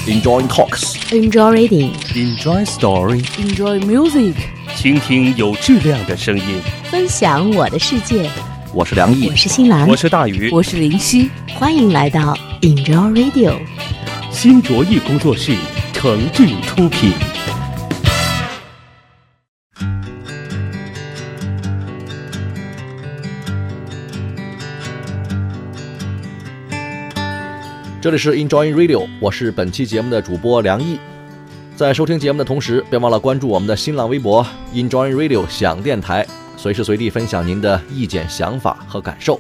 Enjoy talks. Enjoy reading. Enjoy story. Enjoy music. 倾听有质量的声音， 分享我的世界。 我是梁毅， 我是新兰， 我是大鱼， 我是林夕。 欢迎来到 Enjoy Radio。 新卓艺工作室诚挚出品。 这里是 Enjoy Radio， 我是本期节目的主播梁毅。在收听节目的同时，别忘了关注我们的新浪微博 Enjoy Radio 想电台，随时随地分享您的意见、想法和感受。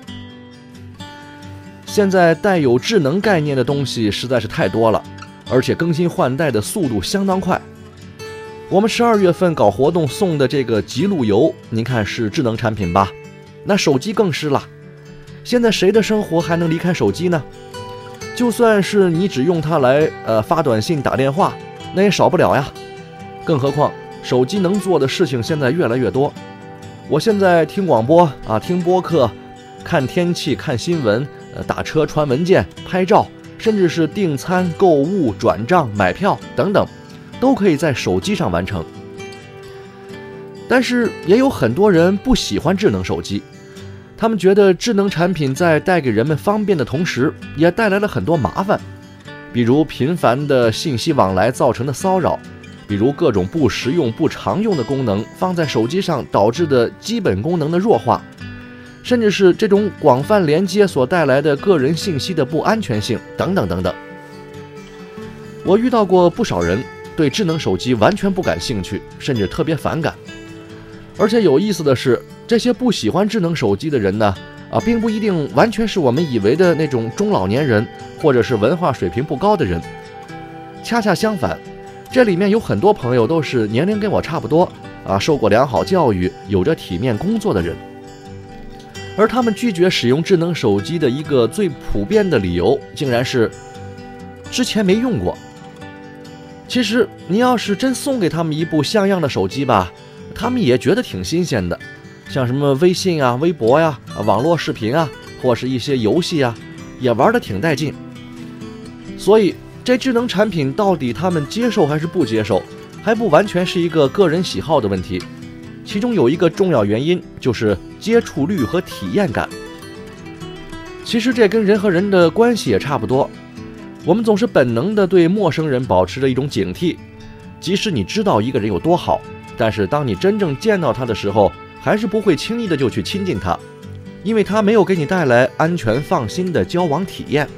现在带有智能概念的东西实在是太多了，而且更新换代的速度相当快。我们12月份搞活动送的这个极路由，您看是智能产品吧？那手机更是了。现在谁的生活还能离开手机呢？就算是你只用它来发短信打电话，那也少不了呀。更何况手机能做的事情现在越来越多。我现在听广播听播客，看天气，看新闻，打车，传文件，拍照，甚至是订餐、购物、转账、买票等等，都可以在手机上完成。但是也有很多人不喜欢智能手机，他们觉得智能产品在带给人们方便的同时，也带来了很多麻烦，比如频繁的信息往来造成的骚扰，比如各种不实用、不常用的功能放在手机上导致的基本功能的弱化，甚至是这种广泛连接所带来的个人信息的不安全性等等等等。我遇到过不少人对智能手机完全不感兴趣，甚至特别反感。而且有意思的是，这些不喜欢智能手机的人呢，并不一定完全是我们以为的那种中老年人，或者是文化水平不高的人。恰恰相反，这里面有很多朋友都是年龄跟我差不多，受过良好教育，有着体面工作的人。而他们拒绝使用智能手机的一个最普遍的理由，竟然是之前没用过。其实你要是真送给他们一部像样的手机吧，他们也觉得挺新鲜的，像什么微信微博网络视频或是一些游戏也玩得挺带劲。所以这智能产品到底他们接受还是不接受，还不完全是一个个人喜好的问题。其中有一个重要原因，就是接触率和体验感。其实这跟人和人的关系也差不多，我们总是本能地对陌生人保持着一种警惕，即使你知道一个人有多好，但是当你真正见到他的时候，还是不会轻易的就去亲近他，因为他没有给你带来安全放心的交往体验。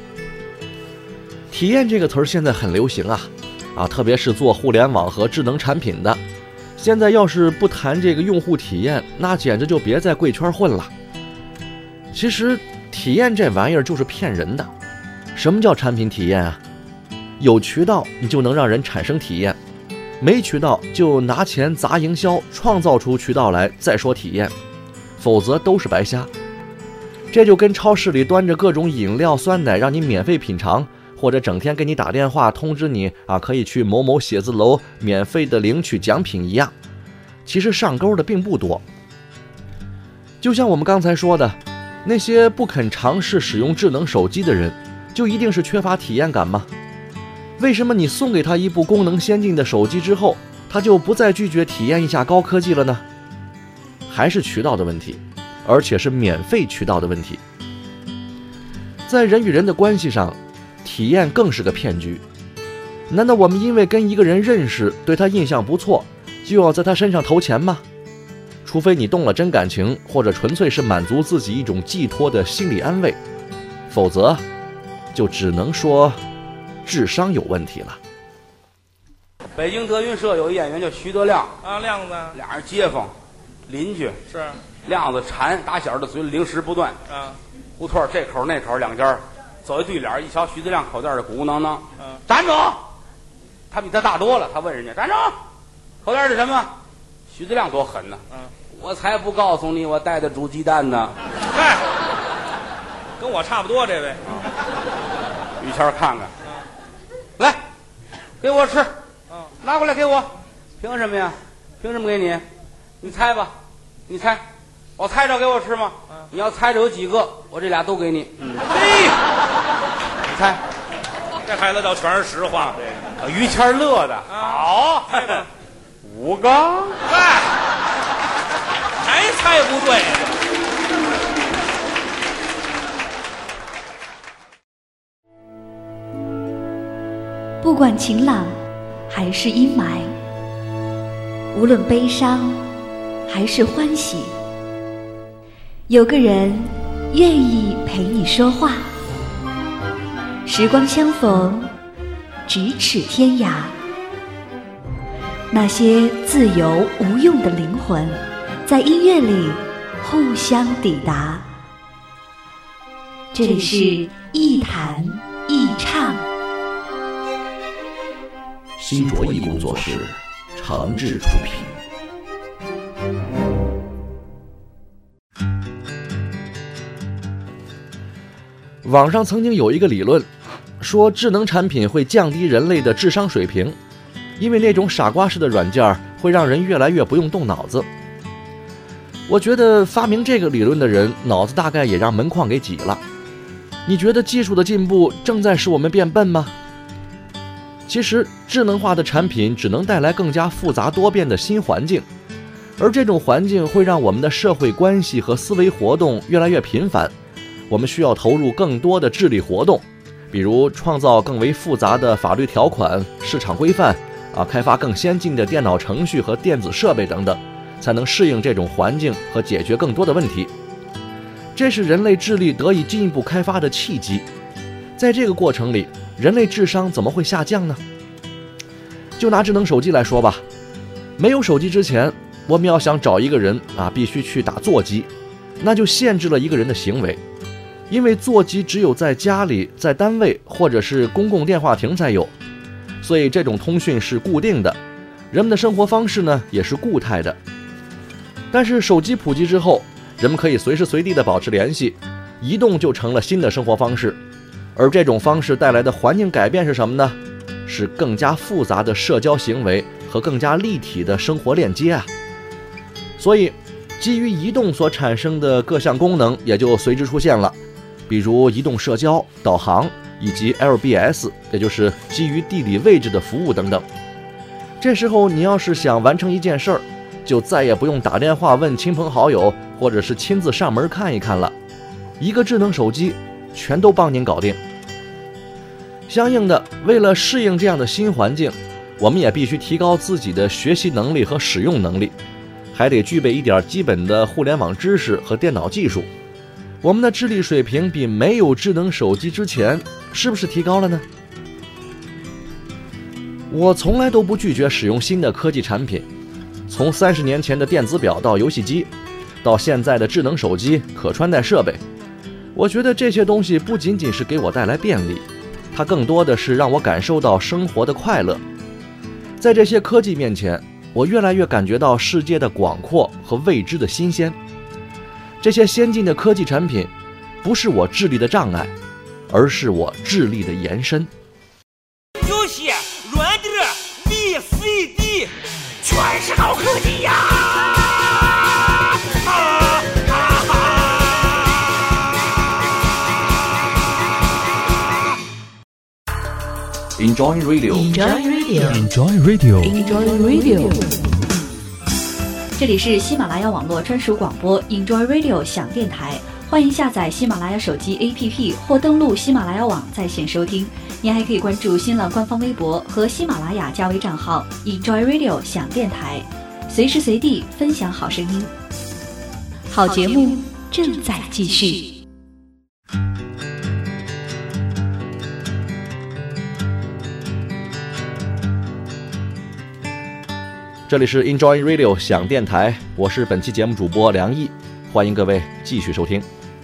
体验这个词儿现在很流行特别是做互联网和智能产品的，现在要是不谈这个用户体验，那简直就别在贵圈混了。其实体验这玩意儿就是骗人的。什么叫产品体验有渠道你就能让人产生体验，没渠道就拿钱砸营销，创造出渠道来再说体验，否则都是白瞎。这就跟超市里端着各种饮料酸奶让你免费品尝，或者整天给你打电话通知你可以去某某写字楼免费的领取奖品一样，其实上钩的并不多。就像我们刚才说的，那些不肯尝试使用智能手机的人，就一定是缺乏体验感吗？为什么你送给他一部功能先进的手机之后，他就不再拒绝体验一下高科技了呢？还是渠道的问题，而且是免费渠道的问题。在人与人的关系上，体验更是个骗局。难道我们因为跟一个人认识，对他印象不错，就要在他身上投钱吗？除非你动了真感情，或者纯粹是满足自己一种寄托的心理安慰，否则就只能说智商有问题了。 北京德云社有一演员叫徐德亮亮子， 俩人街坊邻居， 是亮子馋，打小的嘴里零食不断胡同这口那口两家走一对脸，一瞧徐德亮口袋的鼓鼓囊囊，站住！他比他大多了，他问人家站住，口袋是什么？徐德亮多狠呢，我才不告诉你，我带的煮鸡蛋呢。 嗨，跟我差不多这位。 于谦看看，来，给我吃，拿过来给我，凭什么呀？凭什么给你？你猜吧，你猜，我猜着给我吃吗？你要猜着有几个，我这俩都给你。嘿，你猜， 这孩子倒全是实话。 于谦乐的好， 猜吧。 5个， 嗨，还猜不对。 不管晴朗还是阴霾，无论悲伤还是欢喜，有个人愿意陪你说话。时光相逢，咫尺天涯。那些自由无用的灵魂，在音乐里互相抵达。这里是一弹一唱。 新卓艺工作室诚挚出品。网上曾经有一个理论，说智能产品会降低人类的智商水平，因为那种傻瓜式的软件会让人越来越不用动脑子。我觉得发明这个理论的人脑子大概也让门框给挤了。你觉得技术的进步正在使我们变笨吗？其实智能化的产品只能带来更加复杂多变的新环境，而这种环境会让我们的社会关系和思维活动越来越频繁。我们需要投入更多的智力活动，比如创造更为复杂的法律条款、市场规范开发更先进的电脑程序和电子设备等等，才能适应这种环境和解决更多的问题。这是人类智力得以进一步开发的契机。在这个过程里，人类智商怎么会下降呢？就拿智能手机来说吧，没有手机之前，我们要想找一个人必须去打座机，那就限制了一个人的行为，因为座机只有在家里、在单位或者是公共电话亭才有，所以这种通讯是固定的，人们的生活方式呢也是固态的。但是手机普及之后，人们可以随时随地的保持联系，移动就成了新的生活方式。而这种方式带来的环境改变是什么呢？是更加复杂的社交行为和更加立体的生活链接所以基于移动所产生的各项功能也就随之出现了，比如移动社交、导航以及 LBS， 也就是基于地理位置的服务等等。这时候你要是想完成一件事儿，就再也不用打电话问亲朋好友，或者是亲自上门看一看了，一个智能手机全都帮您搞定。相应的，为了适应这样的新环境，我们也必须提高自己的学习能力和使用能力，还得具备一点基本的互联网知识和电脑技术。我们的智力水平比没有智能手机之前是不是提高了呢？我从来都不拒绝使用新的科技产品，从30年前的电子表到游戏机，到现在的智能手机、可穿戴设备，我觉得这些东西不仅仅是给我带来便利，它更多的是让我感受到生活的快乐。在这些科技面前，我越来越感觉到世界的广阔和未知的新鲜。这些先进的科技产品不是我智力的障碍，而是我智力的延伸。 有些软件 VCD 全是高科技呀！ Enjoy Radio. Enjoy Radio. Enjoy Radio. Enjoy Radio. 这里是喜马拉雅网络专属广播 Enjoy Radio 享电台，欢迎下载喜马拉雅手机 APP 或登录喜马拉雅网在线收听。您还可以关注新浪官方微博和喜马拉雅加微账号 Enjoy Radio 享电台，随时随地分享好声音。好节目正在继续。 这里是 Enjoy Radio 享电台，我是本期节目主播梁毅，欢迎各位继续收听。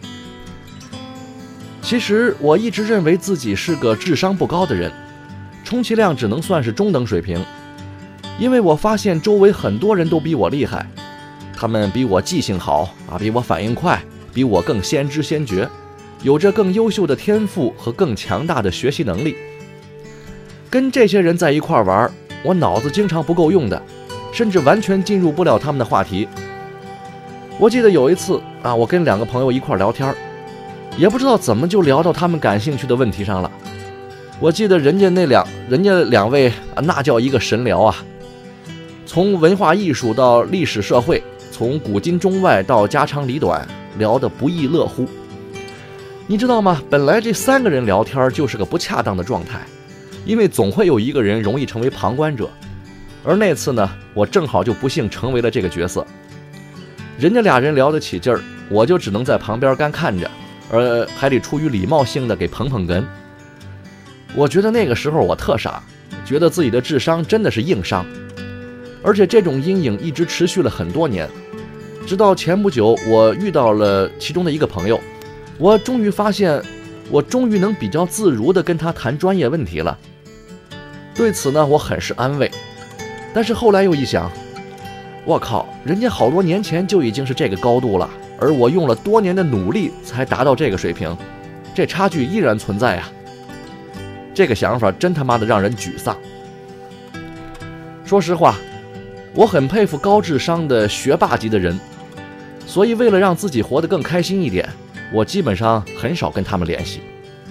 其实我一直认为自己是个智商不高的人，充其量只能算是中等水平，因为我发现周围很多人都比我厉害，他们比我记性好比我反应快，比我更先知先觉，有着更优秀的天赋和更强大的学习能力。跟这些人在一块玩，我脑子经常不够用的，甚至完全进入不了他们的话题。我记得有一次我跟2个朋友一块聊天，也不知道怎么就聊到他们感兴趣的问题上了。 我记得人家两位那叫一个神聊啊，从文化艺术到历史社会，从古今中外到家长里短，聊得不亦乐乎。你知道吗？本来这3个人聊天就是个不恰当的状态，因为总会有一个人容易成为旁观者，而那次呢，我正好就不幸成为了这个角色。人家俩人聊得起劲儿，我就只能在旁边干看着，还得出于礼貌性的给捧捧哏。我觉得那个时候我特傻，觉得自己的智商真的是硬伤，而且这种阴影一直持续了很多年。直到前不久，我遇到了其中的一个朋友，我终于发现，我终于能比较自如地跟他谈专业问题了。对此呢，我很是安慰。但是后来又一想，我靠，人家好多年前就已经是这个高度了，而我用了多年的努力才达到这个水平，这差距依然存在啊。这个想法真他妈的让人沮丧。说实话，我很佩服高智商的学霸级的人，所以为了让自己活得更开心一点，我基本上很少跟他们联系。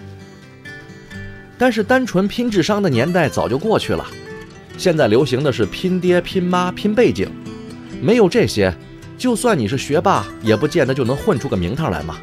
但是单纯拼智商的年代早就过去了，现在流行的是拼爹拼妈拼背景，没有这些，就算你是学霸也不见得就能混出个名堂来嘛。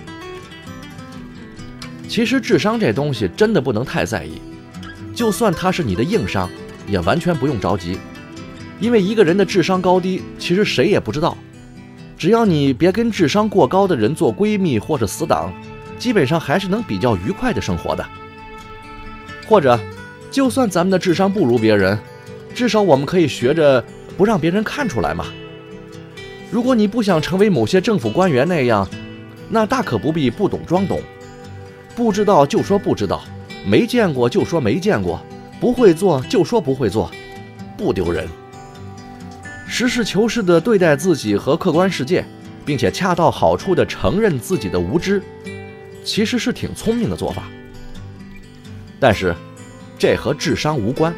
其实智商这东西真的不能太在意，就算它是你的硬伤，也完全不用着急，因为一个人的智商高低其实谁也不知道，只要你别跟智商过高的人做闺蜜或者死党，基本上还是能比较愉快的生活的。或者就算咱们的智商不如别人，至少我们可以学着不让别人看出来嘛。如果你不想成为某些政府官员那样，那大可不必不懂装懂，不知道就说不知道，没见过就说没见过，不会做就说不会做，不丢人。实事求是地对待自己和客观世界，并且恰到好处地承认自己的无知，其实是挺聪明的做法。但是这和智商无关。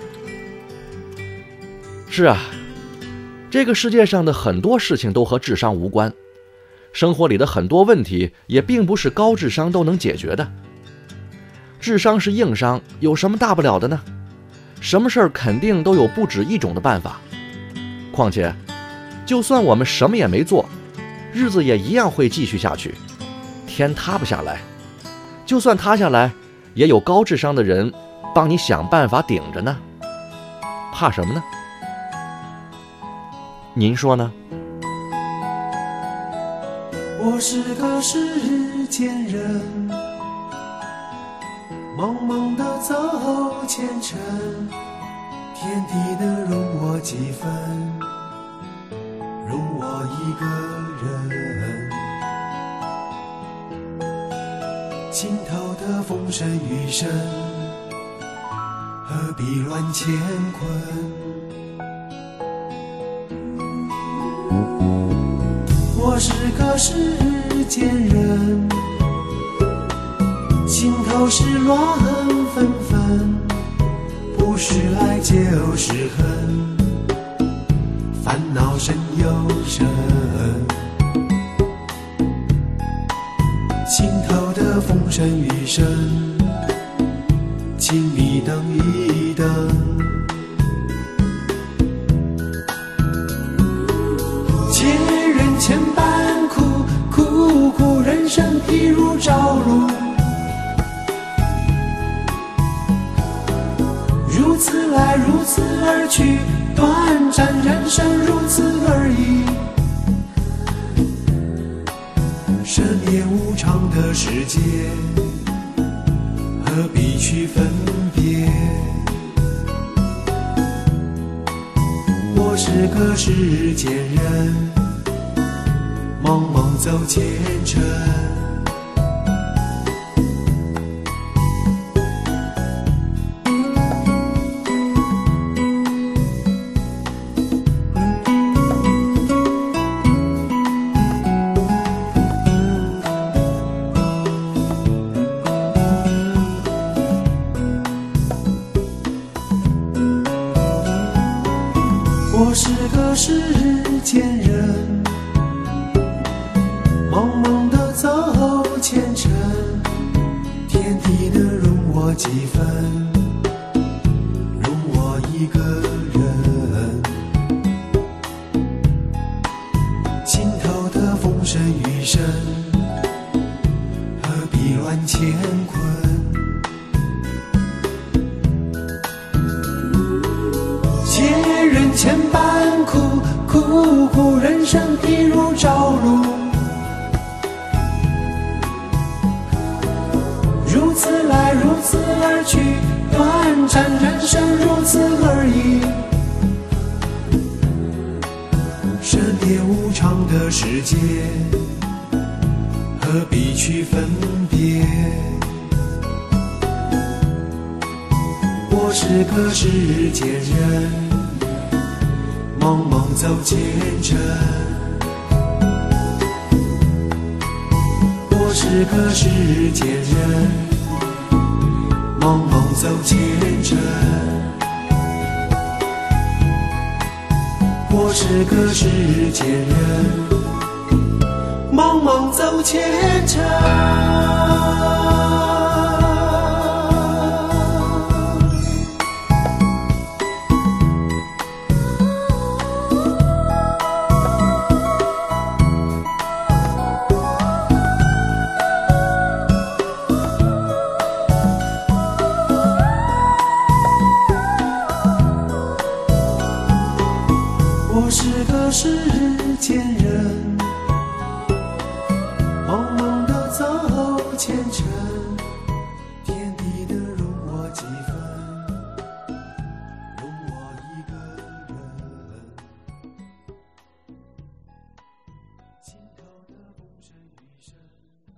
是啊，这个世界上的很多事情都和智商无关，生活里的很多问题也并不是高智商都能解决的。智商是硬伤，有什么大不了的呢？什么事儿肯定都有不止一种的办法。况且就算我们什么也没做，日子也一样会继续下去，天塌不下来，就算塌下来，也有高智商的人帮你想办法顶着呢，怕什么呢？您说呢？ 我是个世间人，茫茫的走前程，天地能容我几分，容我一个人。心头的风声雨声，何必乱乾坤？我是个世间人，心头是乱纷纷，不是爱就是恨，烦恼深又深。心头的风声雨声，请你等一等。千人千般苦，苦苦人生譬如朝露，如此来如此而去，短暂人生如此而已。生也无常的世界，何必去分别？我是个世间人，茫茫走前程。我是个世间人，茫茫的走前程，天地能容我几分，容我一个人。心头的风声雨声，何必乱乾坤？千人千般苦，苦苦人生譬如朝露。如此来，如此而去，短暂人生如此而已。深夜无常的世界，何必去分别？我是个世间人，茫茫走前程。我是个世间人，茫茫走前程。我是个世间人，茫茫走前程。我是个世间人，茫茫地走前程。